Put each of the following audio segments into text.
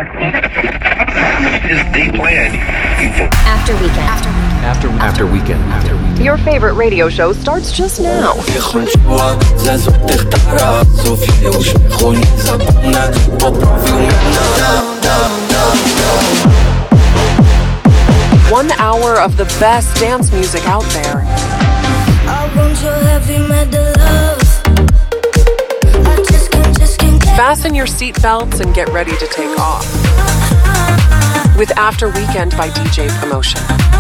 After weekend. Your favorite radio show starts just now. 1 hour of the best dance music out there. Fasten your seatbelts and get ready to take off. With After Weekend by DJ Promotion.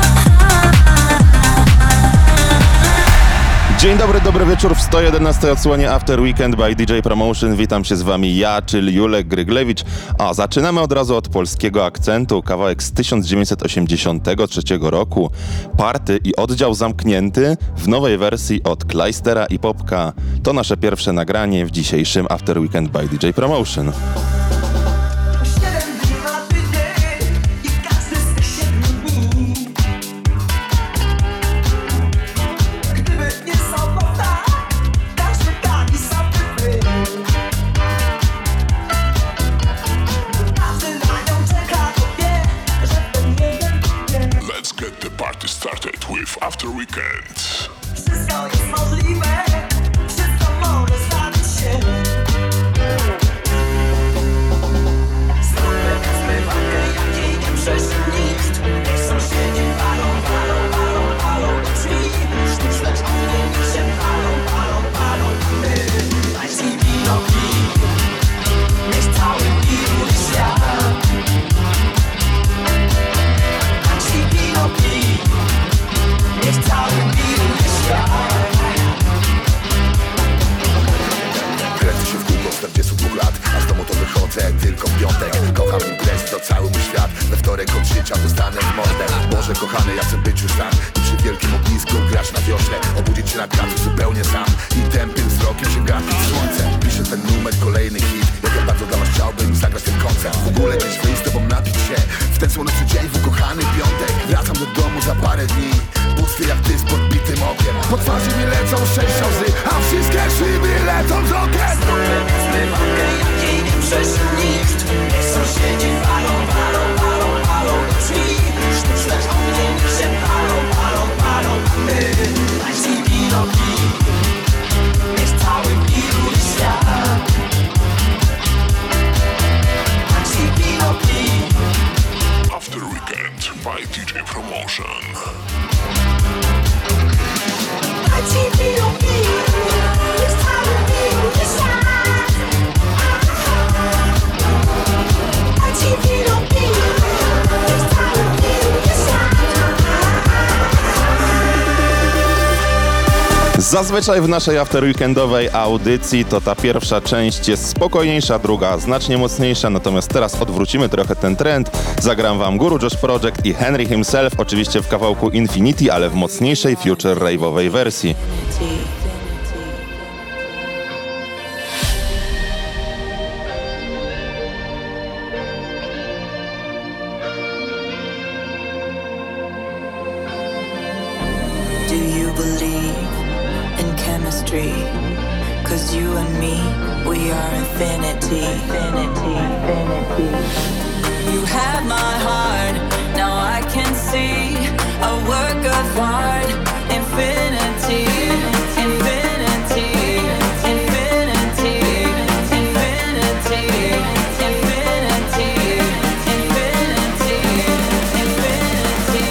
Dzień dobry, dobry wieczór w 111 odsłonie After Weekend by DJ Promotion. Witam się z wami ja, czyli Julek Gryglewicz. A zaczynamy od razu od polskiego akcentu. Kawałek z 1983 roku. Party i oddział zamknięty w nowej wersji od Kleistera i Popka. To nasze pierwsze nagranie w dzisiejszym After Weekend by DJ Promotion. Started with After Weekend. Wszystko jest możliwe, wszystko może zdarzyć się. Znamy zmywarkę, jakiej nie przeżył nikt. Niech sąsiedzi walą drzwi. Lecz oni niech się palą my. Dajcie wino pij, niech cały pił świat. Dajcie wino pij. Niech cały wiruje świat. Kręcę się w kółko 42 lat, a z domu to wychodzę tylko w piątek. Kocham imprez, to cały mój świat. We wtorek od życia dostanę w mordę. Boże kochany, ja chcę być już tam i przy wielkim ognisku grać na wiośle. Obudzić się na placu zupełnie sam i tępym wzrokiem się gapić w słońce. Piszę ten numer, kolejny hit. Jak ja bardzo dla was chciałbym zagrać ten koncert. W ogóle gdzieś wyjść z tobą napić się w ten słoneczny dzień, w ukochany piątek. Wracam do domu za parę dni, pusty jak ty z podbitym okiem. Po twarzy mi lecą 6 łzy, a wszystkie szyby lecą z okien. Zmywarkę, jakiej nie przeżył nikt. Niech sąsiedzi walą drzwi. Lecz o mnie niech się palą my. Dajcie wino pij, niech cały wiruje świat. Dajcie wino pij. After Weekend by DJ Promotion. Dajcie wino pij, niech cały wiruje świat. Dajcie wino pij, niech cały wiruje świat. Zazwyczaj w naszej afterweekendowej audycji to ta pierwsza część jest spokojniejsza, druga znacznie mocniejsza, natomiast teraz odwrócimy trochę ten trend. Zagram wam Guru Josh Project i Henry himself, oczywiście w kawałku Infinity, ale w mocniejszej future rave'owej wersji. Do you believe in chemistry? 'Cause you and me, we are infinity. You have my heart, now I can see a work of art. Infinity, infinity, infinity, infinity, infinity, infinity, infinity.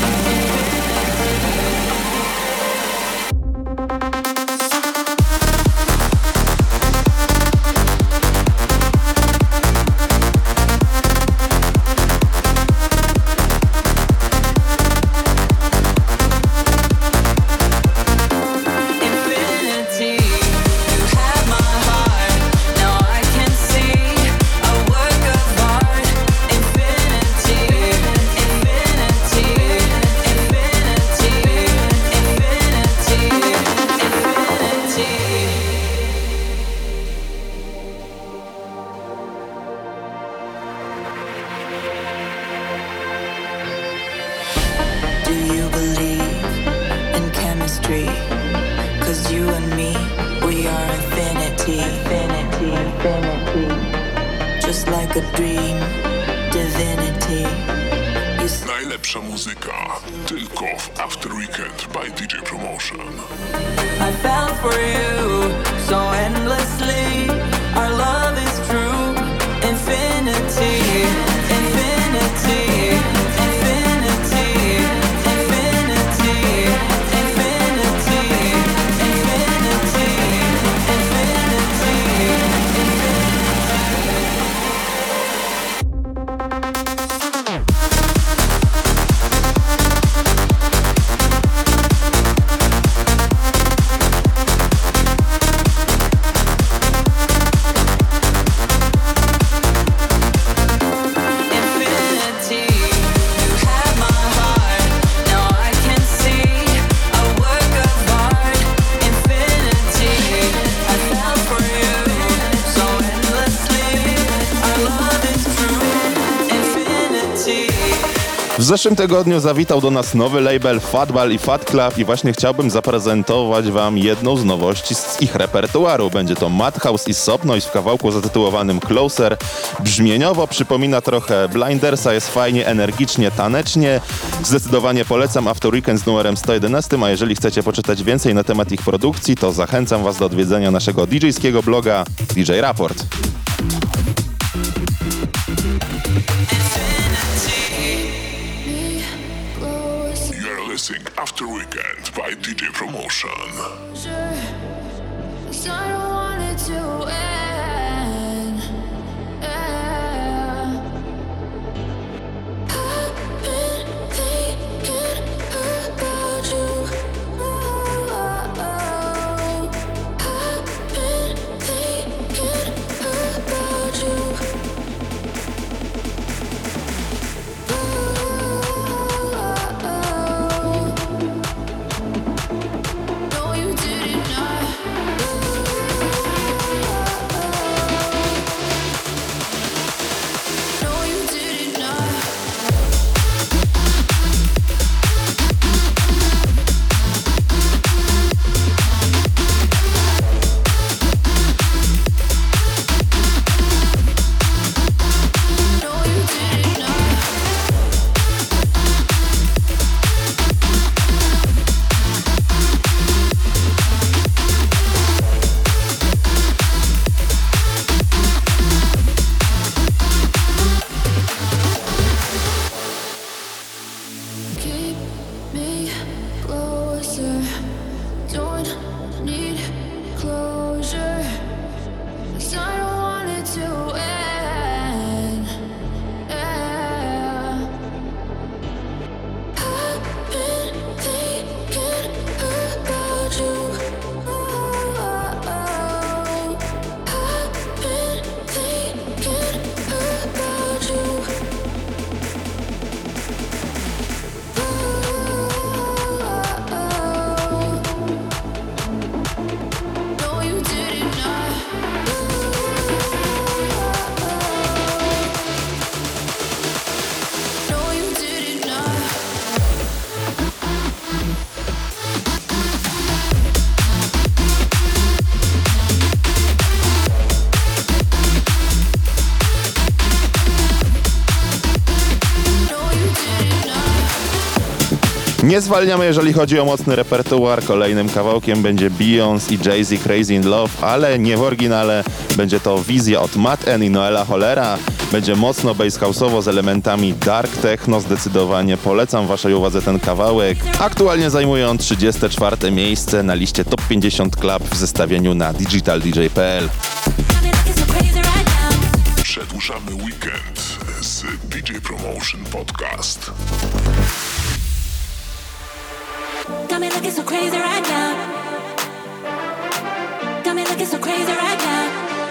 chemistry. 'Cause you and me, we are infinity. Infinity, infinity. Just like a dream, divinity. Najlepsza muzyka tylko w After Weekend by DJ Promotion. I fell for you so endlessly. Our love is true. Infinity, infinity, infinity, infinity, infinity, infinity, W zeszłym tygodniu zawitał do nas nowy label Fatball i Fat Club i właśnie chciałbym zaprezentować wam jedną z nowości z ich repertuaru. Będzie to Madhouse i Sopnoise w kawałku zatytułowanym Closer. Brzmieniowo przypomina trochę Blindersa, jest fajnie, energicznie, tanecznie. Zdecydowanie polecam After Weekend z numerem 111, a jeżeli chcecie poczytać więcej na temat ich produkcji, to zachęcam was do odwiedzenia naszego DJ-skiego bloga DJ Raport. After Weekend by DJ Promotion. I don't want it to end. I've been thinking about you. I've been thinking about you. Nie zwalniamy, jeżeli chodzi o mocny repertuar. Kolejnym kawałkiem będzie Beyoncé i Jay-Z Crazy in Love, ale nie w oryginale. Będzie to wizja od Matt N i Noela Hollera. Będzie mocno bass house'owo z elementami dark techno. Zdecydowanie polecam waszej uwadze ten kawałek. Aktualnie zajmuje on 34. miejsce na liście Top 50 Club w zestawieniu na digitaldj.pl. Przedłużamy weekend z DJ Promotion Podcast. Got me looking so crazy right now. Got me looking so crazy right now.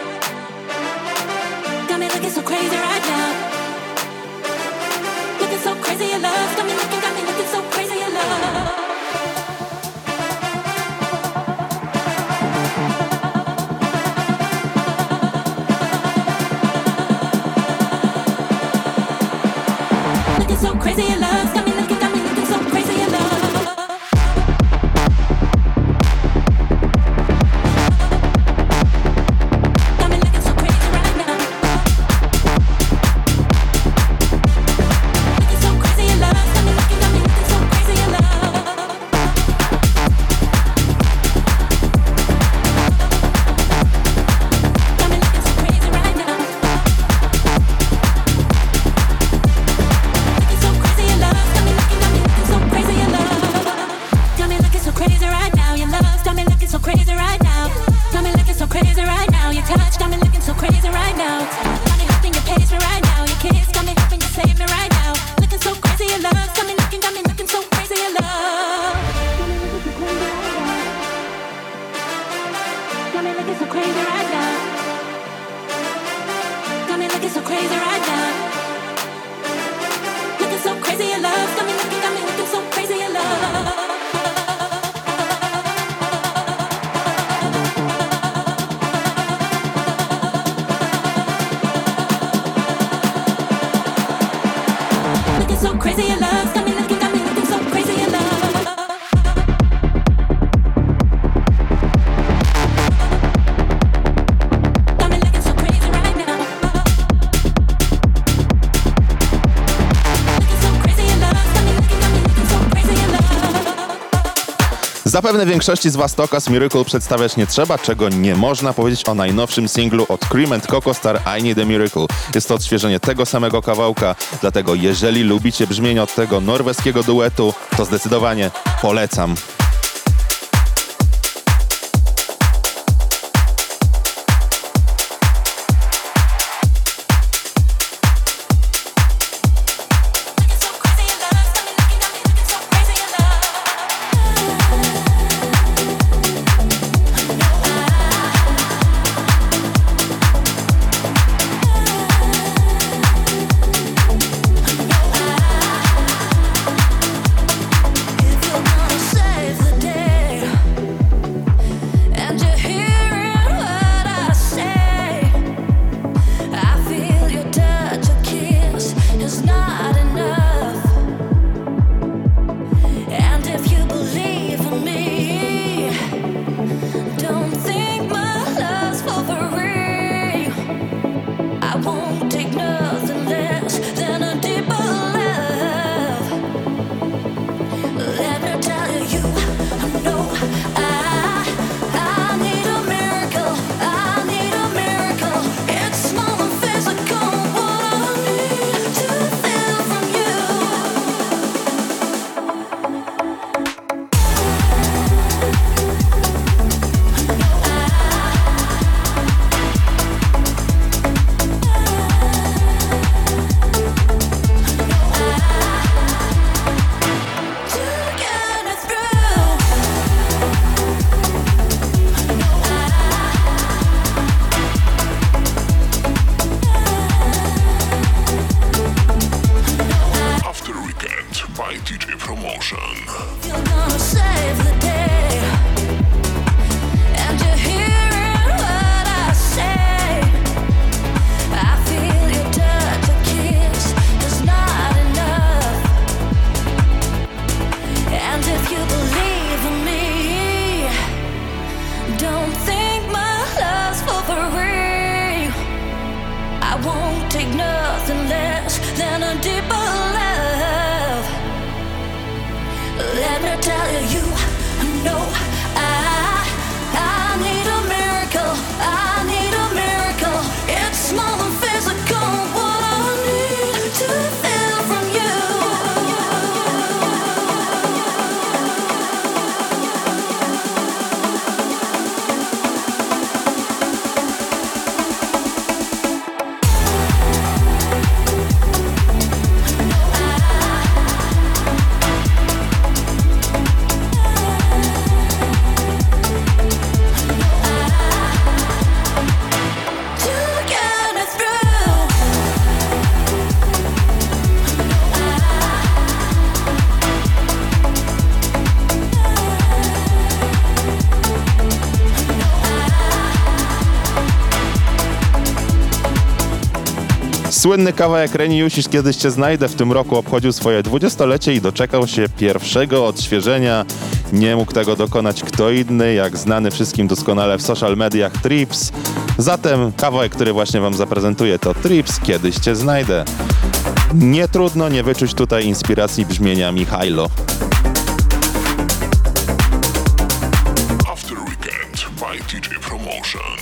Got me looking so crazy right now. Looking so crazy in love. Got me looking so crazy in love. Looking so crazy in love. Got me looking so crazy in love. Got me looking so crazy right now. looking so crazy in love. Got me looking so crazy in love. Got me looking so crazy right now. Looking so crazy in love. Got me looking so crazy in love. Zapewne większości z was Tokas Miracle przedstawiać nie trzeba, czego nie można powiedzieć o najnowszym singlu od Cream and Coco Star I Need a Miracle. Jest to odświeżenie tego samego kawałka, dlatego jeżeli lubicie brzmienie od tego norweskiego duetu, to zdecydowanie polecam. Looking so crazy in love. Got me looking so crazy in love. If you're gonna save the day, and you're hearing what I say, I feel your touch, your kiss is not enough. And if you believe in me, don't think my love's for free. I won't take nothing less than a deeper love. Let me tell you, I know I need a miracle. I need a miracle. It's small and physical. What I need to feel from you. To get it through. After Weekend by DJ Promotion. You're gonna save the day, and you're hearing what I say. I feel your touch, your kiss is not enough. And if you believe in me, don't think my love's for free. I won't take nothing less than a deeper love. Let me tell you, I know I need a miracle. I need a miracle. It's small and physical. What I need to feel from you. To get it through. Słynny kawałek Reni Jusisz Kiedyś Cię znajdę w tym roku obchodził swoje 20-lecie i doczekał się pierwszego odświeżenia. Nie mógł tego dokonać kto inny, jak znany wszystkim doskonale w social mediach Trips. Zatem kawałek, który właśnie wam zaprezentuję, to Trips Kiedyś Cię znajdę. Nie trudno nie wyczuć tutaj inspiracji brzmienia Michailo. After Weekend by DJ Promotion.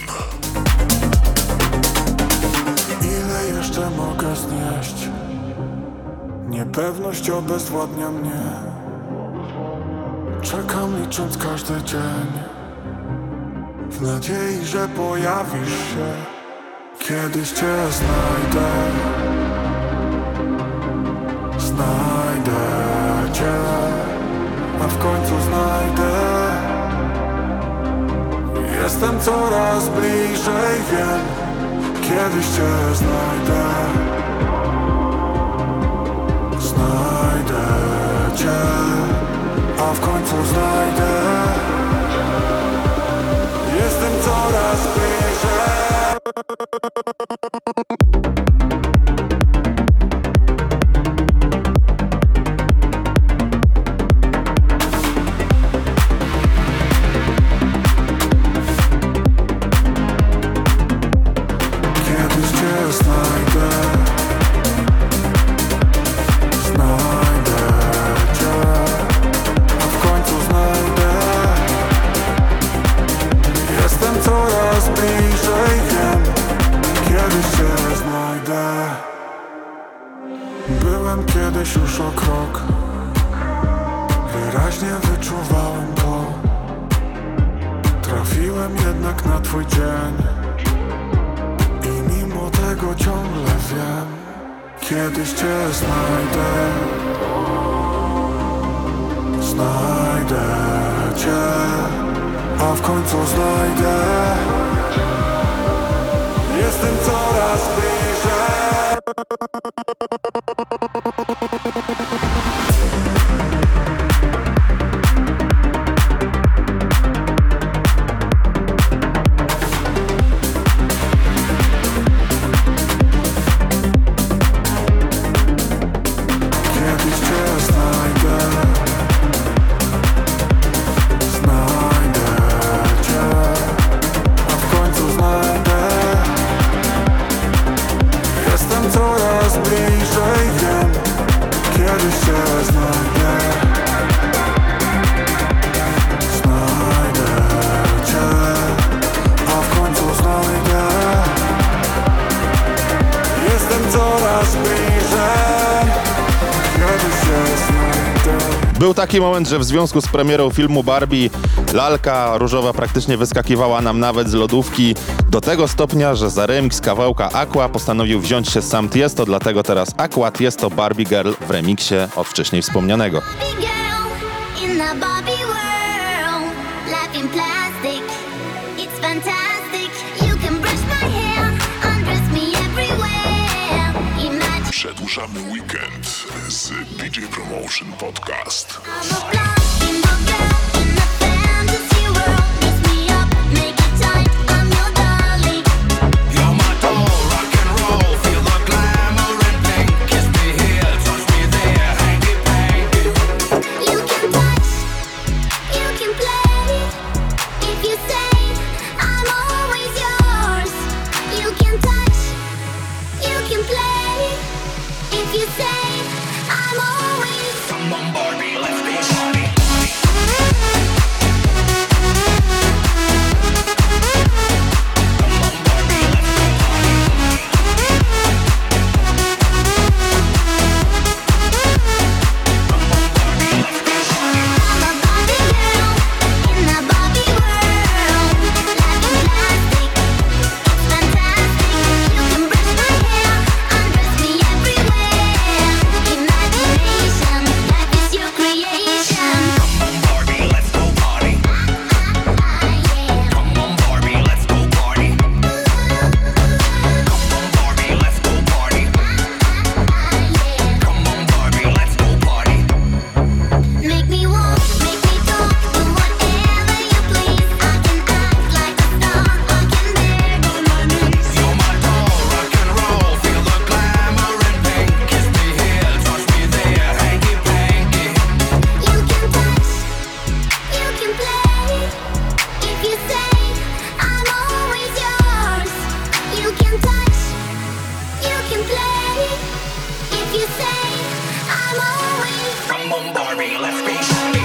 Ile jeszcze mogę znieść? Niepewność obezwładnia mnie. Czekam licząc każdy dzień, w nadziei, że pojawisz się. Kiedyś Cię znajdę. Znajdę Cię, a w końcu znajdę. Jestem coraz bliżej, wiem. Kiedyś Cię znajdę. Znajdę Cię, a w końcu znajdę. Jestem coraz bliżej. Byłem kiedyś już o krok, wyraźnie wyczuwałem to. Trafiłem jednak na twój dzień i mimo tego ciągle wiem, kiedyś cię znajdę. Znajdę cię, a w końcu znajdę. Jestem coraz bliżej. Kiedyś cię znajdę. Znajdę cię, a w końcu znajdę. Jestem coraz bliżej, wiem, kiedyś cię znajdę. Znajdę cię, a w końcu znajdę. Jestem coraz bliżej, kiedyś cię znajdę. Był taki moment, że w związku z premierą filmu Barbie lalka różowa praktycznie wyskakiwała nam nawet z lodówki do tego stopnia, że za remix kawałka Aqua postanowił wziąć się sam Tiesto, dlatego teraz Aqua Tiesto Barbie Girl w remiksie od wcześniej wspomnianego. Barbie girl in the Barbie world, life in plastic, it's fantastic. You can brush my hair, undress me everywhere. Imagine Przedłużamy weekend z DJ Promotion Podcast. I'm a blind girl in the fantasy world. Dress me up, make it tight, I'm your darling. You're my doll, rock and roll, feel the glamour and pink. Kiss me here, touch me there, hanky panky. You can touch, you can play. If you say I'm always yours. You can touch, you can play. If you say I'm always. Come on, Barbie, let's be party. I'm a Barbie girl in the Barbie world. Life in plastic, it's fantastic. You can brush my hair, undress me everywhere. Imagination, life is your creation. Come on, Barbie, let's go party. Yeah. Come on, Barbie, let's go party. Come on, Barbie, let's go party. Come on, Barbie, let's go party. Make me walk, make me talk, do whatever you please. I can act like a star, I can beg on my knees. You're my doll, rock and roll, feel the glamour and pink. Kiss me here, touch me there, hanky panky. You can touch, you can play. If you say I'm always yours. You can touch, you can play. If you say I'm always. Come on, Barbie, let's be party.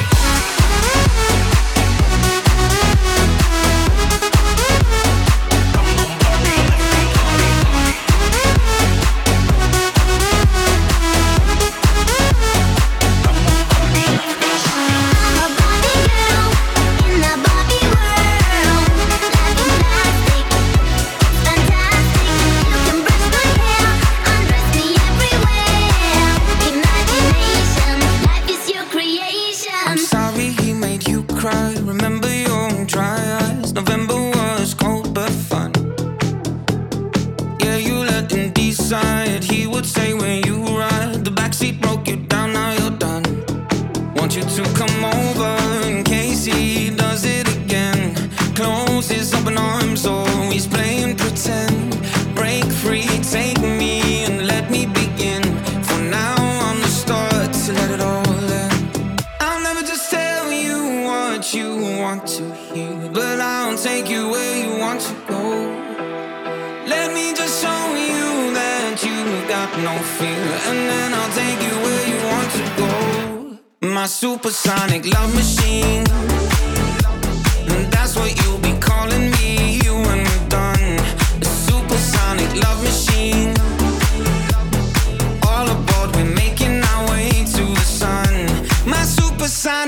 I'm a Barbie girl in the Barbie world. Life in plastic, it's fantastic. You can brush my hair, undress me everywhere. Imagination, life is your creation. I'm sorry he made you cry. Remember your dry eyes. November was cold but fun. Yeah, you let him decide. He would say when you ride. The backseat broke you down, now you're done. Want you to come over in case he does it again. Close his open arms, always playing pretend. Break free, take me and let me begin. For now I'm the start to let it all end. I'll never just tell you what you want to hear, but I'll take you where you want to go. Let me just show you that you've got no fear, and then I'll take you where you want to go. My supersonic love machine, and that's what you'll be calling me when we're done. A supersonic love machine. All aboard, we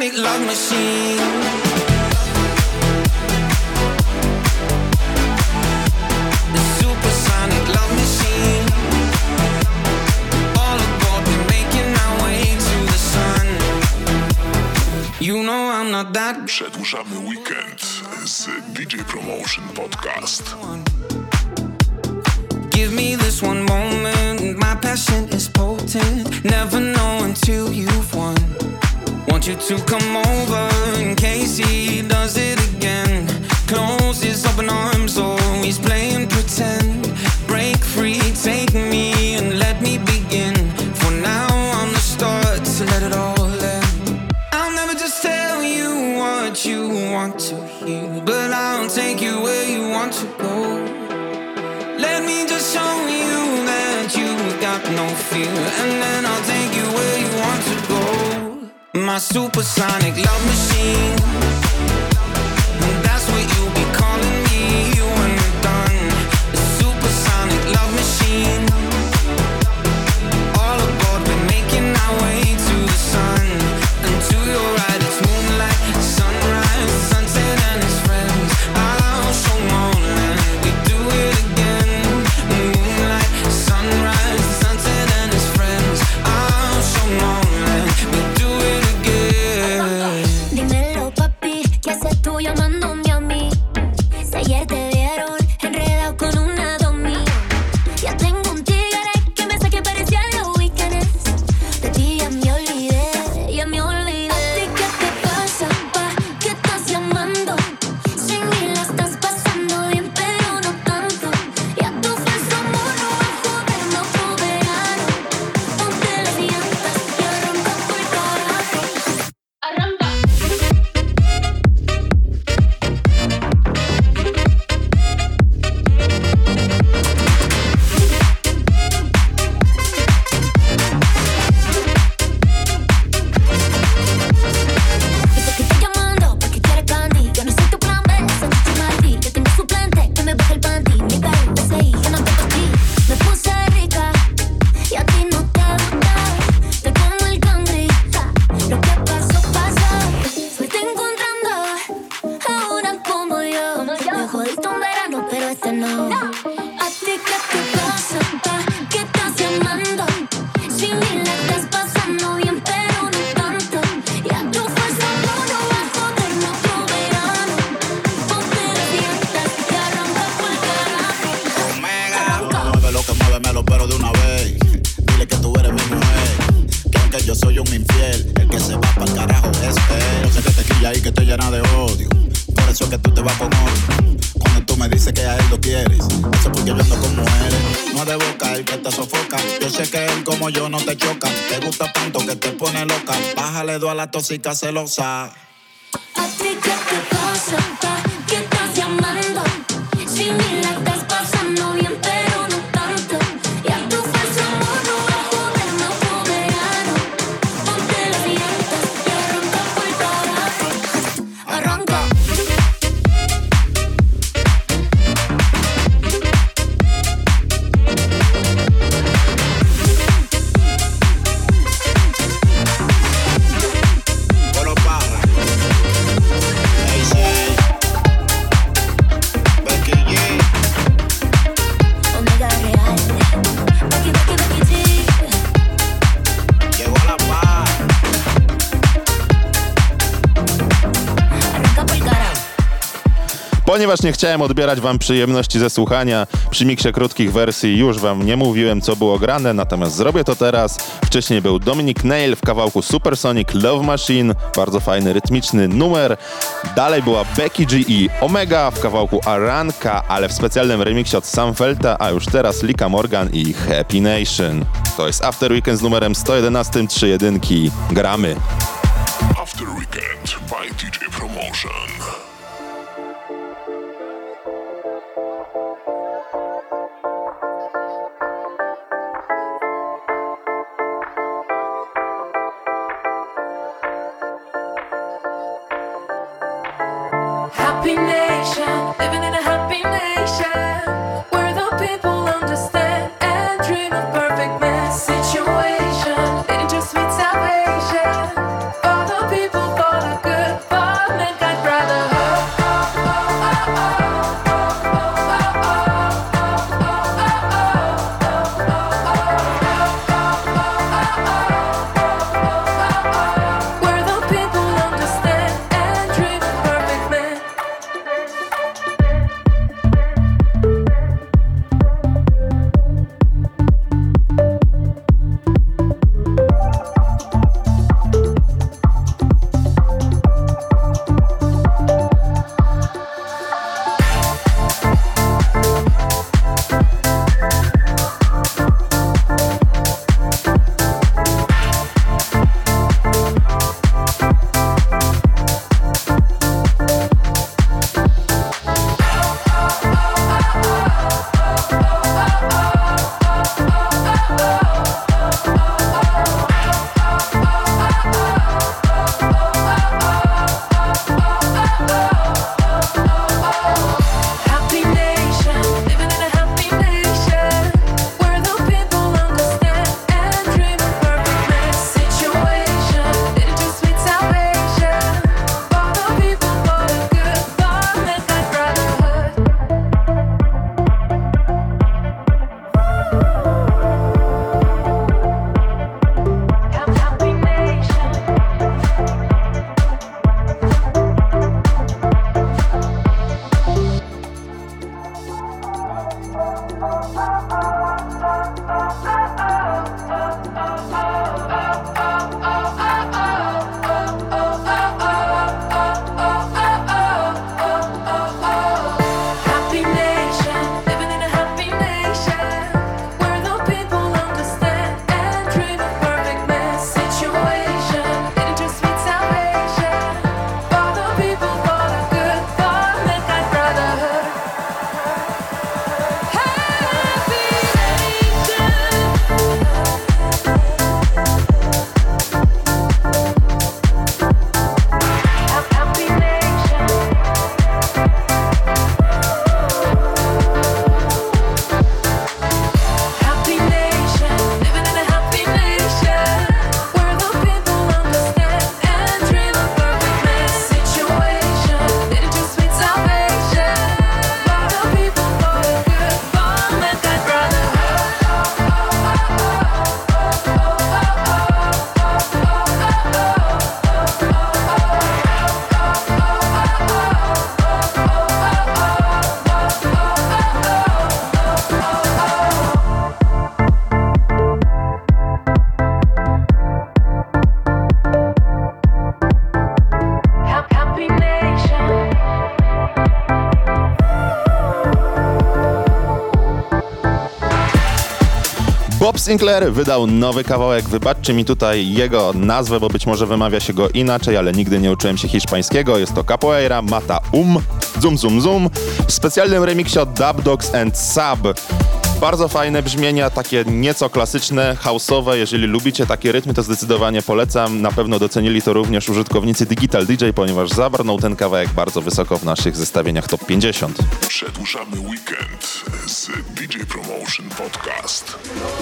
supersonic love machine. The supersonic love machine. All aboard, we're making our way to the sun. You know I'm not that. Przedłużamy weekend z DJ Promotion Podcast. Give me this one moment, my passion is potent. Never know until you've won. Want you to come over in case he does it again. Close his open arms, always playing pretend. Break free, take me and let me begin. For now I'm the start to let it all end. I'll never just tell you what you want to hear, but I'll take you where you want to go. Let me just show you that you've got no fear, and then I'll take you where you want to go. My supersonic love machine. And that's what you'll be calling me when we're done. The supersonic love machine. All aboard, we're making our way to the sun. And to your right, it's moonlight, sunrise, sunset, and its friends. I'll show more land. We do it again. Moonlight, sunrise, sunset, and its friends. I'll show more land. We do it again. Dímelo, papi, ¿qué haces tú llamándome a mí? Si ayer te vieron enredado con una domi. Ya tengo un tigre que me saque parecía los weekends. De ti ya me olvidé, ya me olvidé. ¿A ti qué te pasa, pa? ¿Qué estás llamando? Sin mí la estás pasando bien, pero no tanto. Ya tu falso amor no va a joderme otro verano. Ponte las llantas y arranca por carajo. Arranca. Dice que estoy llamando porque quiere candy. Yo no soy tu plan B, soy tu Martí. Yo tengo suplente que me baja el panty. Mi perro de seguir, yo no te partí. Me puse rica y a ti no te gusta. Te como el cangri, ja. Lo que pasó, pasó. Fuiste encontrando ahora como yo. Me jodiste un verano, pero este no. ¿A ti qué te pasa, pa? ¿Qué estás llamando? Sin mí la estás pasando bien, pero no tanto. Ya tu falso amor no va a joderme otro verano. Ponte las llantas y arranca por carajo. Muévelo, que muévemelo, pero de una vez. Dile que tú eres mi mujer. Que aunque yo soy un infiel, el que se va pa'l carajo es él. Yo sé que te quilla y que te llena de odio. Por eso es que tú te vas con otro. Cuando tú me dices que a él lo quieres, eso es porque yo ando con mujeres. No es de boca el que te sofoca. Yo sé que él como yo no te choca. Te gusta tanto que te pone loca. Bájale 2 a la tóxica celosa. ¿A ti qué te pasa, pa? ¿Qué estás llamando? Sin mí la estás pasando bien, pero no tanto. Ya tu falso amor no va a joderme otro verano. Ponte las llantas y arranca por carajo. Arranca. Polo Parra, AC, Becky G. Omega Real. Becky, Becky, Becky G. Llegó la paz. Arranca por carajo. Ponieważ nie chciałem odbierać wam przyjemności ze słuchania, przy miksie krótkich wersji już wam nie mówiłem, co było grane, natomiast zrobię to teraz. Wcześniej był Dominic Nail w kawałku Supersonic Love Machine, bardzo fajny, rytmiczny numer. Dalej była Becky G i Omega w kawałku Aranka, ale w specjalnym remiksie od Sam Felta, a już teraz Lika Morgan i Happy Nation. To jest After Weekend z numerem 111, 3 jedynki. Gramy. After Weekend by DJ Promotion. Happy nation, living in a happy nation, where the people understand and dream of perfect situation, leading to sweet salvation. For the people, for Bob Sinclair wydał nowy kawałek. Wybaczcie mi tutaj jego nazwę, bo być może wymawia się go inaczej, ale nigdy nie uczyłem się hiszpańskiego. Jest to Capoeira Mata Zum Zum Zum w specjalnym remiksie od Dub Dogs and Sub. Bardzo fajne brzmienia, takie nieco klasyczne, house'owe. Jeżeli lubicie takie rytmy, to zdecydowanie polecam. Na pewno docenili to również użytkownicy Digital DJ, ponieważ zabrnął ten kawałek bardzo wysoko w naszych zestawieniach Top 50. Przedłużamy weekend z DJ Promotion Podcast.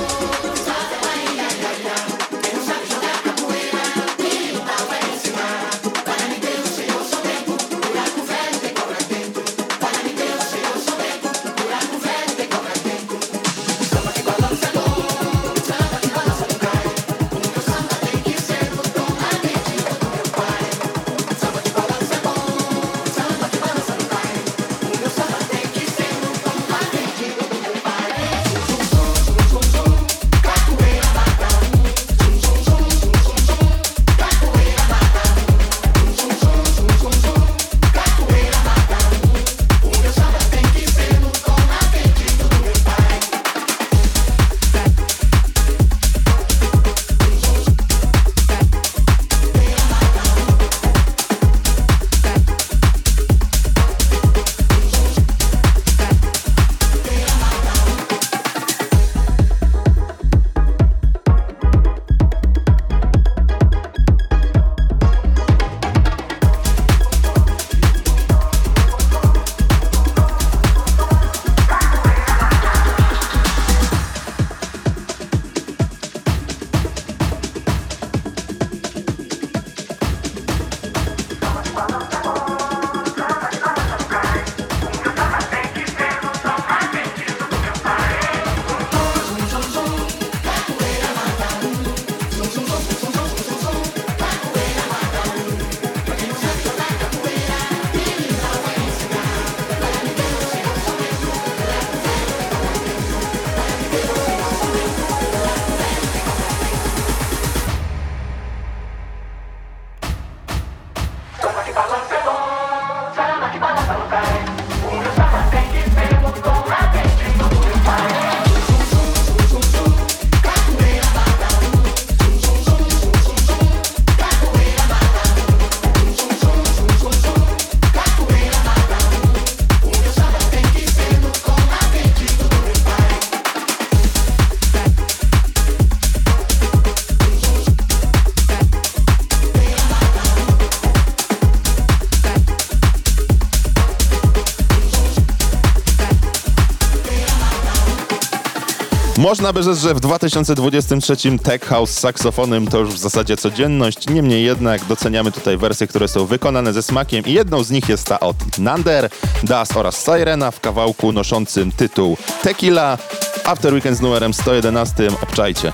Można by rzec, że w 2023 Tech House z saksofonem to już w zasadzie codzienność, niemniej jednak doceniamy tutaj wersje, które są wykonane ze smakiem i jedną z nich jest ta od Nander, Das oraz Sirena w kawałku noszącym tytuł Tequila. After Weekend z numerem 111, obczajcie.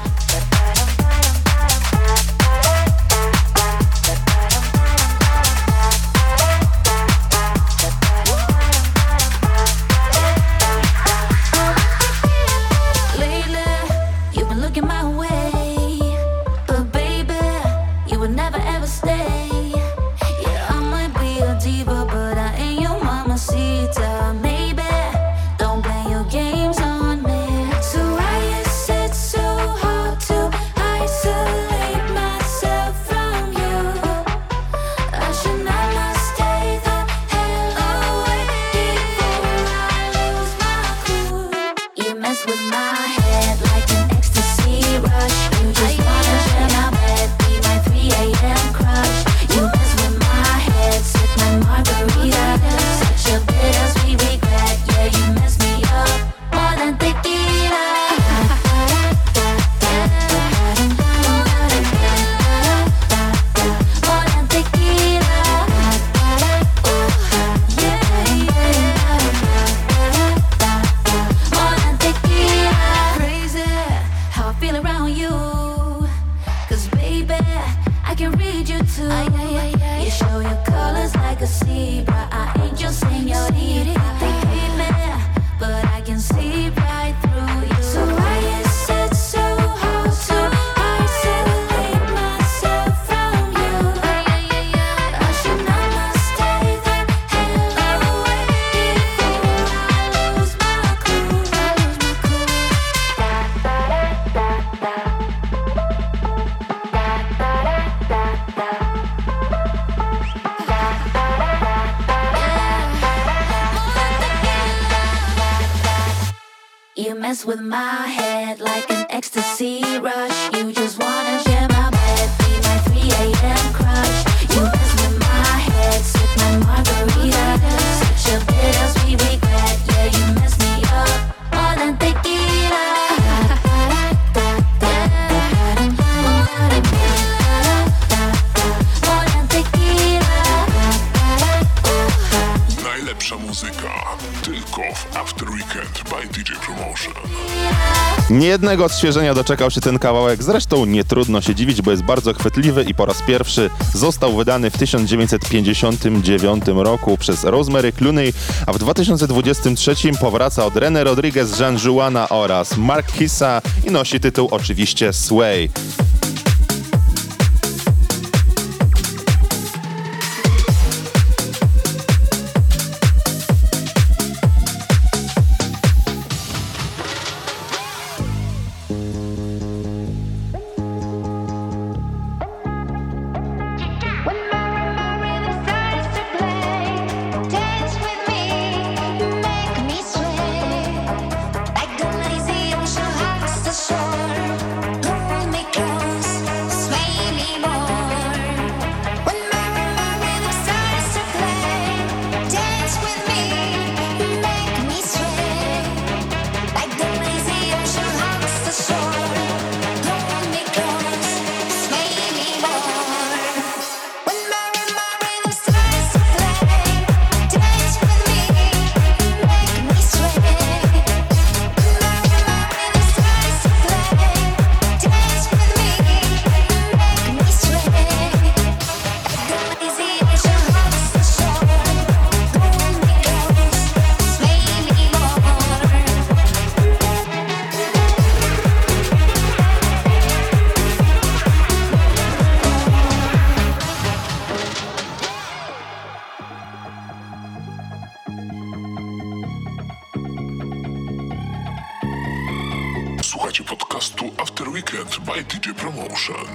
mess with my head like an ecstasy rush. You just wanna share my bed, be my 3 a.m. crush. You mess with my head, sip my margarita, such a bittersweet regret. Yeah, you mess me up more than tequila. Najlepsza muzyka tylko w After Weekend by DJ Promotion. Niejednego odświeżenia doczekał się ten kawałek, zresztą nie trudno się dziwić, bo jest bardzo chwytliwy i po raz pierwszy został wydany w 1959 roku przez Rosemary Clooney, a w 2023 powraca od René Rodriguez, Jean Juana oraz Marquisa i nosi tytuł oczywiście Sway. Słuchajcie podcastu After Weekend by DJ Promotion.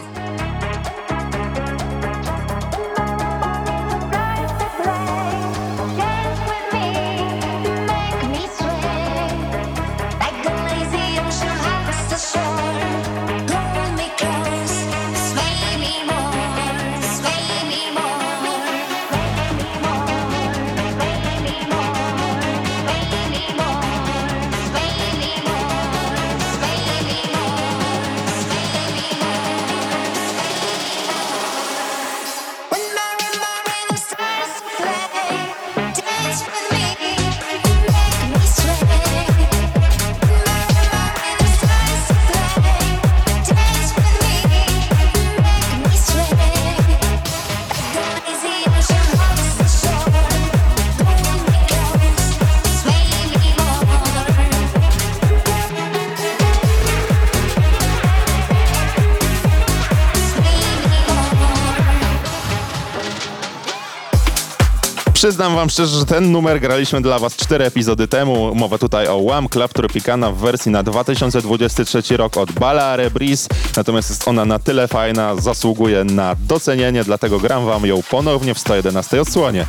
Przyznam wam szczerze, że ten numer graliśmy dla was 4 epizody temu. Mowa tutaj o Wham! Club Tropicana w wersji na 2023 rok od Baleare Breeze. Natomiast jest ona na tyle fajna, zasługuje na docenienie, dlatego gram wam ją ponownie w 111 odsłonie.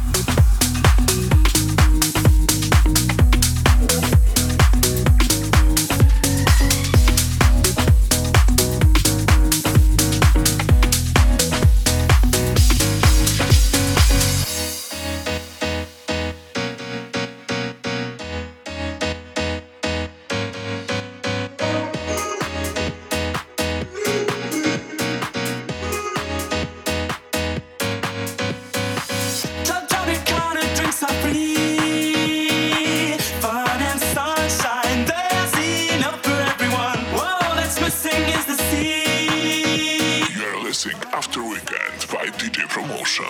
After Weekend by DJ Promotion.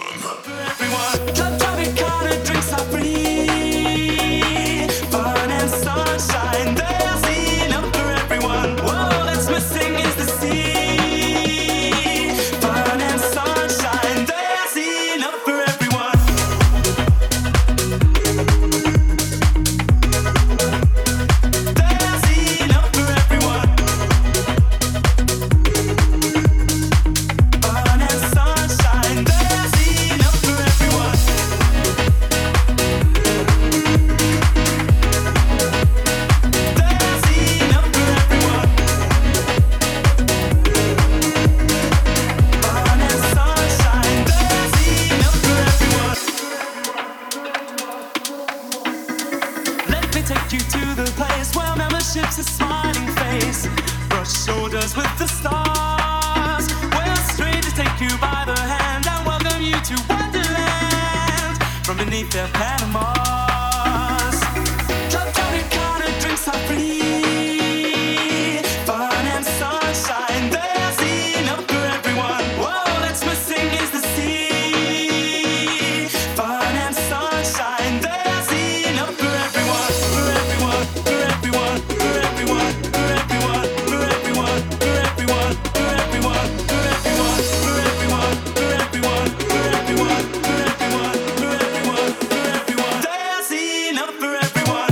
you by the hand and welcome you to Wonderland from beneath their Panamas. Drop down your corner, drinks are free. Fun and sunshine, there's enough for everyone. Whoa, that's missing is the sea. Fun and sunshine, there's enough for everyone, for everyone, for everyone, for everyone, for everyone, for everyone, for everyone, for everyone, for everyone, for everyone, for everyone, for everyone, for everyone, for everyone, for everyone. There's enough for everyone.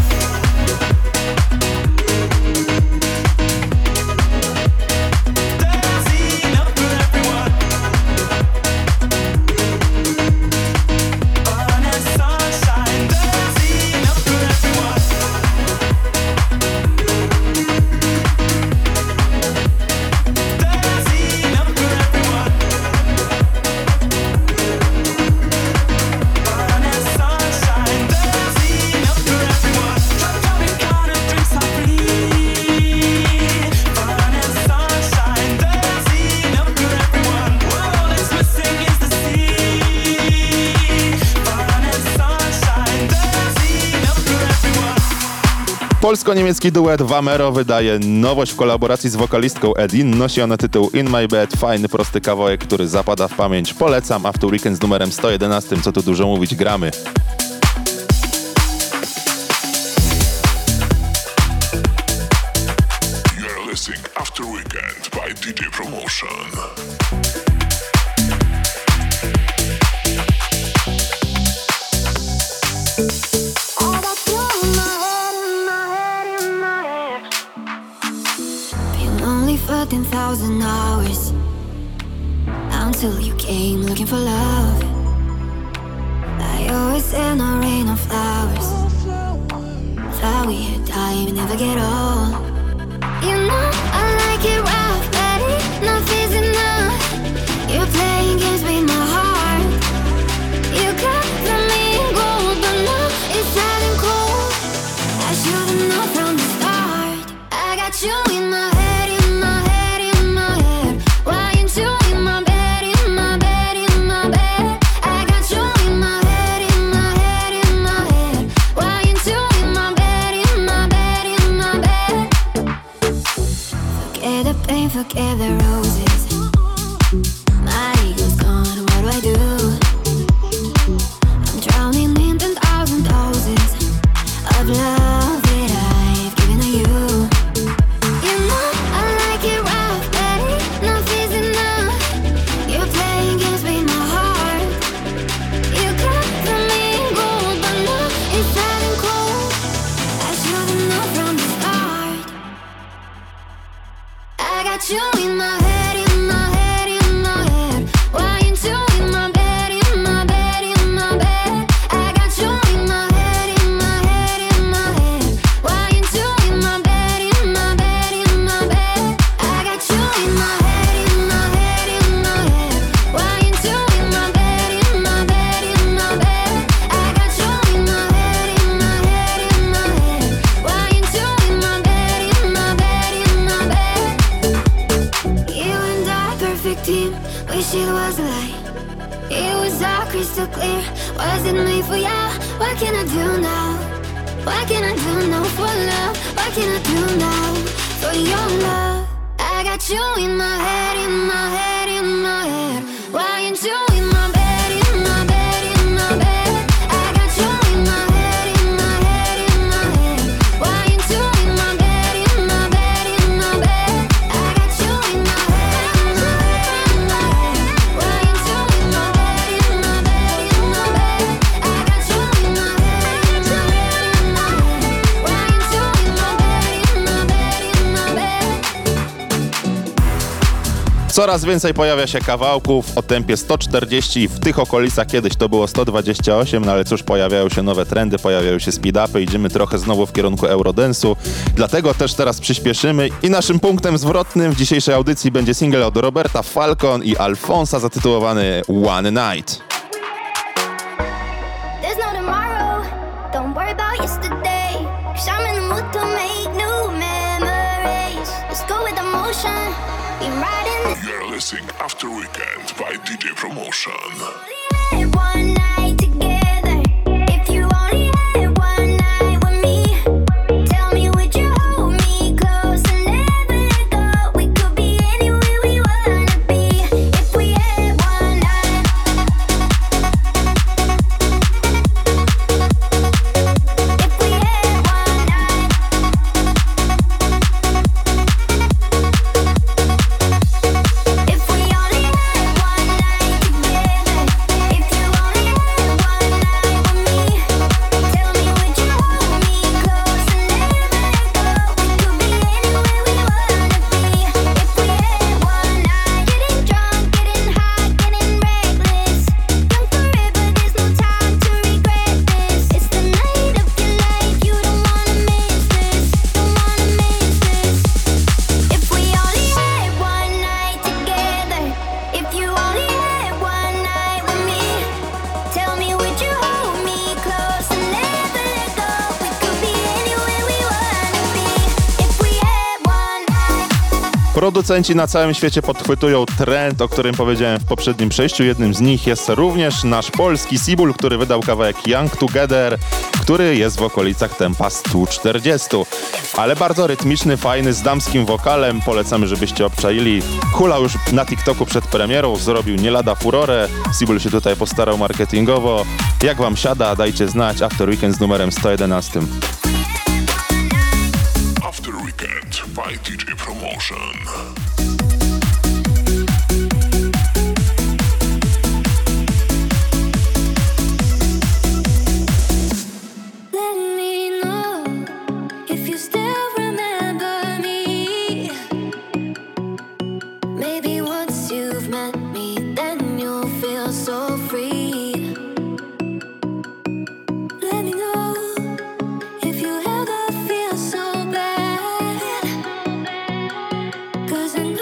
There's enough for everyone. Fun and sunshine, there's enough for everyone. There's enough for everyone. Fun and sunshine, there's enough for everyone. Drop down your corner, drinks are free. Fun and sunshine, there's enough for everyone. Whoa, that's missing is the sea. Fun and sunshine, there's enough for everyone. Polsko-niemiecki duet Vamero wydaje nowość w kolaboracji z wokalistką Edin. Nosi ona tytuł In My Bed. Fajny, prosty kawałek, który zapada w pamięć. Polecam. After Weekend z numerem 111. Co tu dużo mówić, gramy. You're listening After Weekend by DJ Promotion. Been only 14,000 hours until you came looking for love. I always send a rain of flowers. Thought we had time and never get old. You know I like it rough, but enough is enough. You're playing games with my heart. You got from me in gold, but now it's sad and cold. I should've known from the start. I got you in my head, in my head, in my head. Why ain't you in my bed, in my bed, in my bed? I got you in my head, in my head, in my head. Why ain't you in my bed, in my bed, in my bed? Forget the pain, forget the roses. My ego's gone, what do? I'm drowning in 10,000 doses of love that I've given to you. You know I like it rough, but enough is enough. You're playing games with my heart. You got from me in gold, but now it's sad and cold. I should've known from the start. I got you in my head, in my head, in my head. Why ain't you in my bed, in my bed, in my bed? I got you in my head, in my head, in my head. Why ain't you in my bed, in my bed, in my bed? I got you in my head, in my head, in my head. Why ain't you in my bed, in my bed, in my bed? I got you in my head, in my head, in my head. Why ain't you in my bed, in my bed, in my bed? You and I, perfect team. Wish it was a lie. It was all crystal clear. Was it made for ya? What can I do now? What can I do now for love? What can I do now for your love? I got you in my head, in my head, in my head. Why ain't you in my bed, in my bed, in my bed? I got you in my head, in my head, in my head. Why ain't you in my bed, in my bed, in my bed? I got you in my head, in my head, in my head. Why ain't you in my bed, in my bed, in my bed? I got you in my head, in my head, in my head. Why ain't you in my bed, in my bed, in my bed? Coraz więcej pojawia się kawałków o tempie 140 i w tych okolicach kiedyś to było 128, no ale cóż, pojawiają się nowe trendy, pojawiają się speed-upy, idziemy trochę znowu w kierunku Eurodance'u, dlatego też teraz przyspieszymy i naszym punktem zwrotnym w dzisiejszej audycji będzie single od Roberta Falcon i Alfonsa zatytułowany One Night. There's no tomorrow. Don't worry about yesterday. 'Cause I'm in the mood to make new memories. Let's go with emotion. Been riding this You're listening After Weekend by DJ Promotion. one night together. If you only had one night with me, tell me would you hold me close and never let go? We could be anywhere we wanna be if we had one night. If we had one night. If we only had one night together. If you only had one night with me, tell me would you hold me close and never let go? We could be anywhere we wanna be if we had one night. Getting drunk, getting high, getting reckless. Young forever, there's no time to regret this. It's the night of your life, you don't wanna miss this. Don't wanna miss this. If we only had one night together. If you only had one night with me, tell me would you hold me close and never let go? We could be anywhere we wanna be if we had one night. Producenci na całym świecie podchwytują trend, o którym powiedziałem w poprzednim przejściu. Jednym z nich jest również nasz polski Sibul, który wydał kawałek Young Together, który jest w okolicach tempa 140. Ale bardzo rytmiczny, fajny, z damskim wokalem. Polecamy, żebyście obczaili. Hula już na TikToku przed premierą zrobił nie lada furorę. Sibul się tutaj postarał marketingowo. Jak wam siada, dajcie znać. After Weekend z numerem 111. After Weekend by DJ Promotion. Let me know if you still remember me. Maybe once you've met me, then you'll feel so free. Let me know if you ever feel so bad. 'Cause I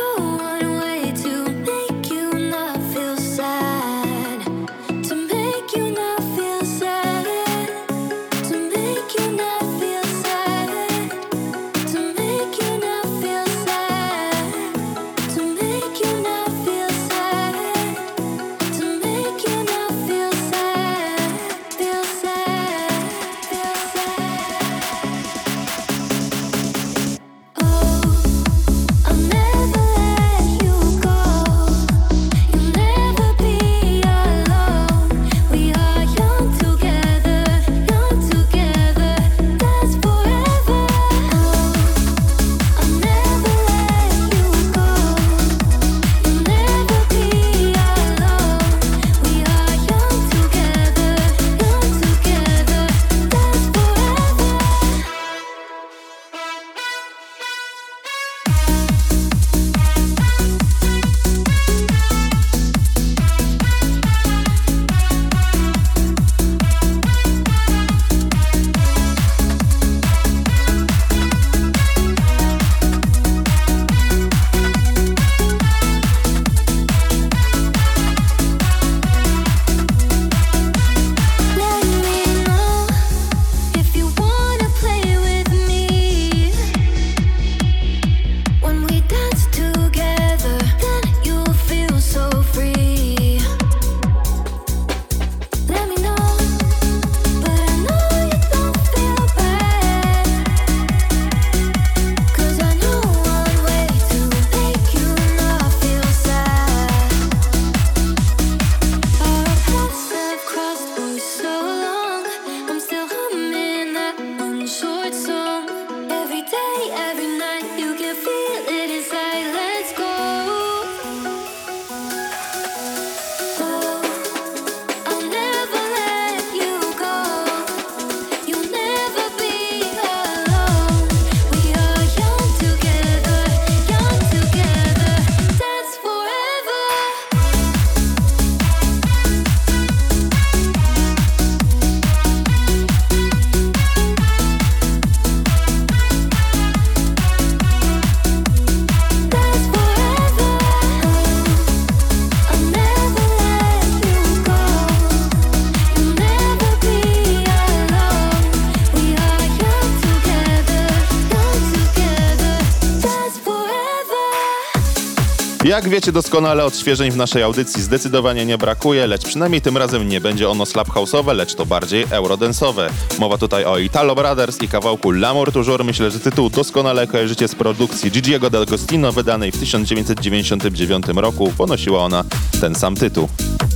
Jak wiecie doskonale, odświeżeń w naszej audycji zdecydowanie nie brakuje, lecz przynajmniej tym razem nie będzie ono slap house'owe, lecz to bardziej eurodensowe. Mowa tutaj o Italo Brothers i kawałku L'amour toujours. Myślę, że tytuł doskonale kojarzycie z produkcji Gigiego D'Agostino, wydanej w 1999 roku, bo nosiła ona ten sam tytuł.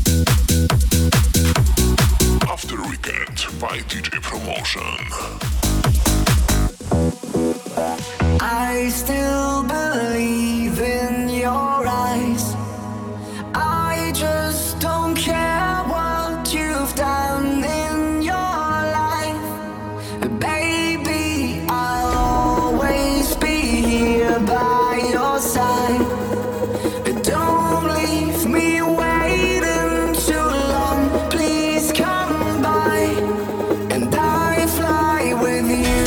After Weekend by DJ Promotion. I still believe in your eyes. I just don't care what you've done in your life. Baby, I'll always be here by your side. Don't leave me waiting too long. Please come by and I fly with you.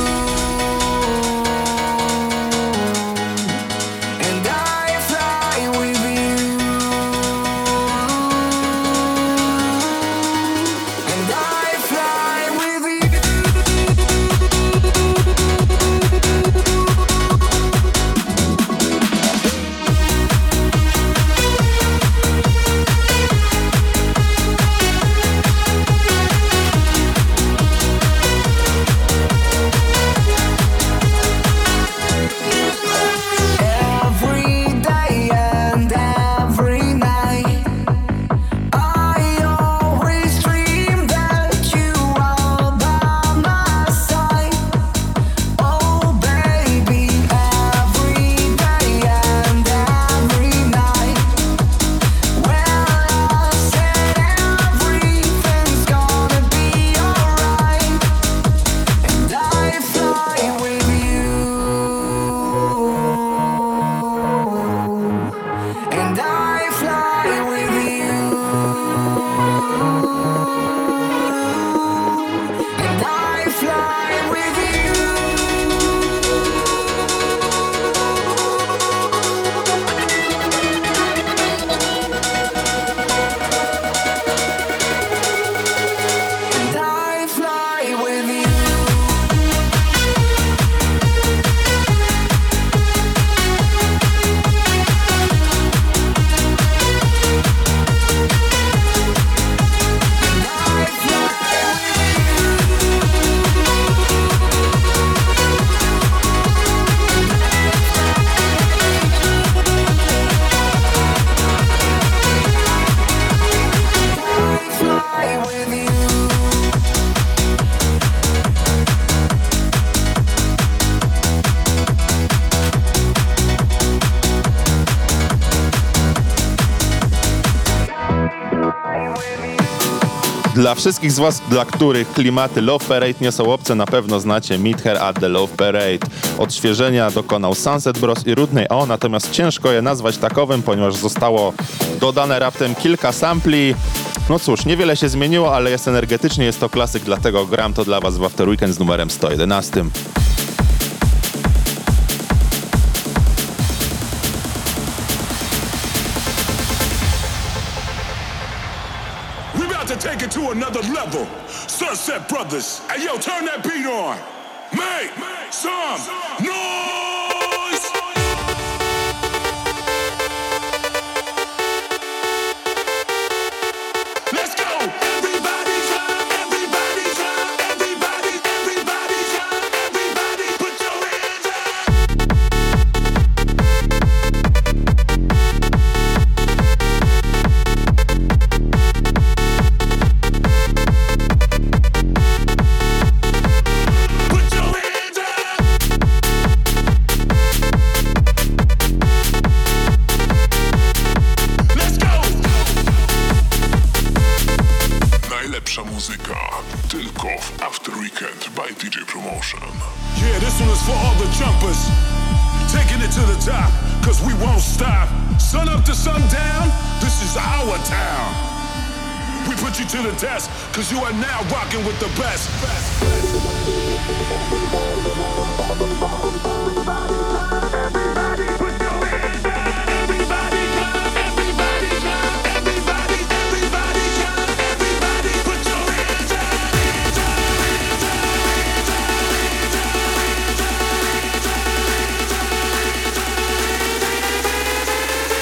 Dla wszystkich z was, dla których klimaty Love Parade nie są obce, na pewno znacie Meet Her at the Love Parade. Odświeżenia dokonał Sunset Bros i Rudney O, natomiast ciężko je nazwać takowym, ponieważ zostało dodane raptem kilka sampli. No cóż, niewiele się zmieniło, ale jest energetycznie, jest to klasyk, dlatego gram to dla was w After Weekend z numerem 111. To take it to another level. Sunset Brothers. Hey, yo, turn that beat on. Make some noise. Let's go. Everybody jump, everybody jump, everybody, everybody jump, everybody put your hands up. Muzyka tylko w After Weekend by DJ Promotion. Yeah, this one is for all the jumpers. Taking it to the top, cause we won't stop. Sun up to sundown, this is our town. We put you to the test, cause you are now rocking with the best. Everybody put your hands up. Everybody jump, everybody jump, everybody, everybody jump, everybody put your hands up. Hands up, hands up, hands up, hands up, hands up, hands up, hands up.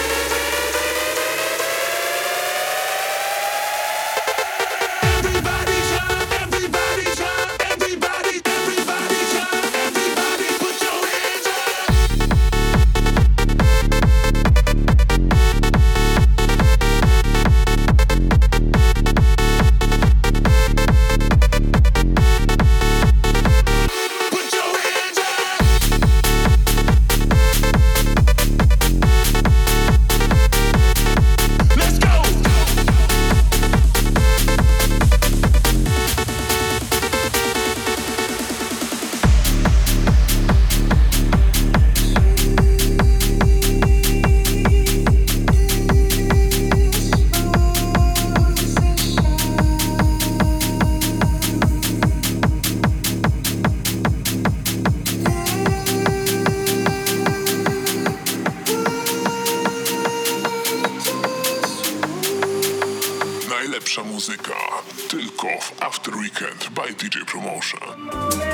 Najlepsza muzyka tylko w After Weekend by DJ Promotion.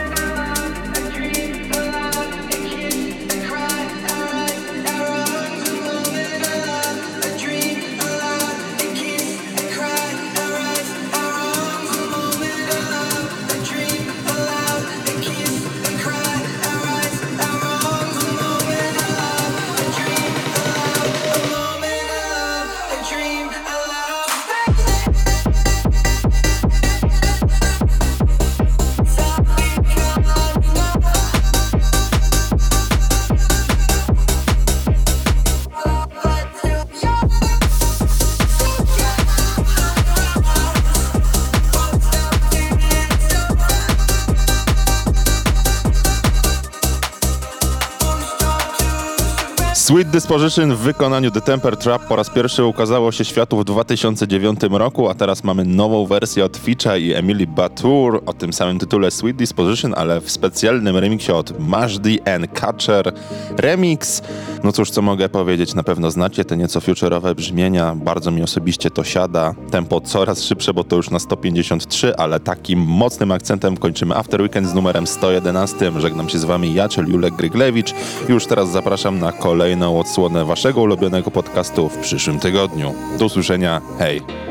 Sweet Disposition w wykonaniu The Temper Trap po raz pierwszy ukazało się światu w 2009 roku, a teraz mamy nową wersję od Fitcha i Emily Batour o tym samym tytule Sweet Disposition, ale w specjalnym remiksie od Majdi & Catcher Remix. No cóż, co mogę powiedzieć, na pewno znacie te nieco future'owe brzmienia, bardzo mi osobiście to siada. Tempo coraz szybsze, bo to już na 153, ale takim mocnym akcentem kończymy After Weekend z numerem 111. Żegnam się z wami ja, czyli Julek Gryglewicz. Już teraz zapraszam na kolejną odsłonę waszego ulubionego podcastu w przyszłym tygodniu. Do usłyszenia, hej!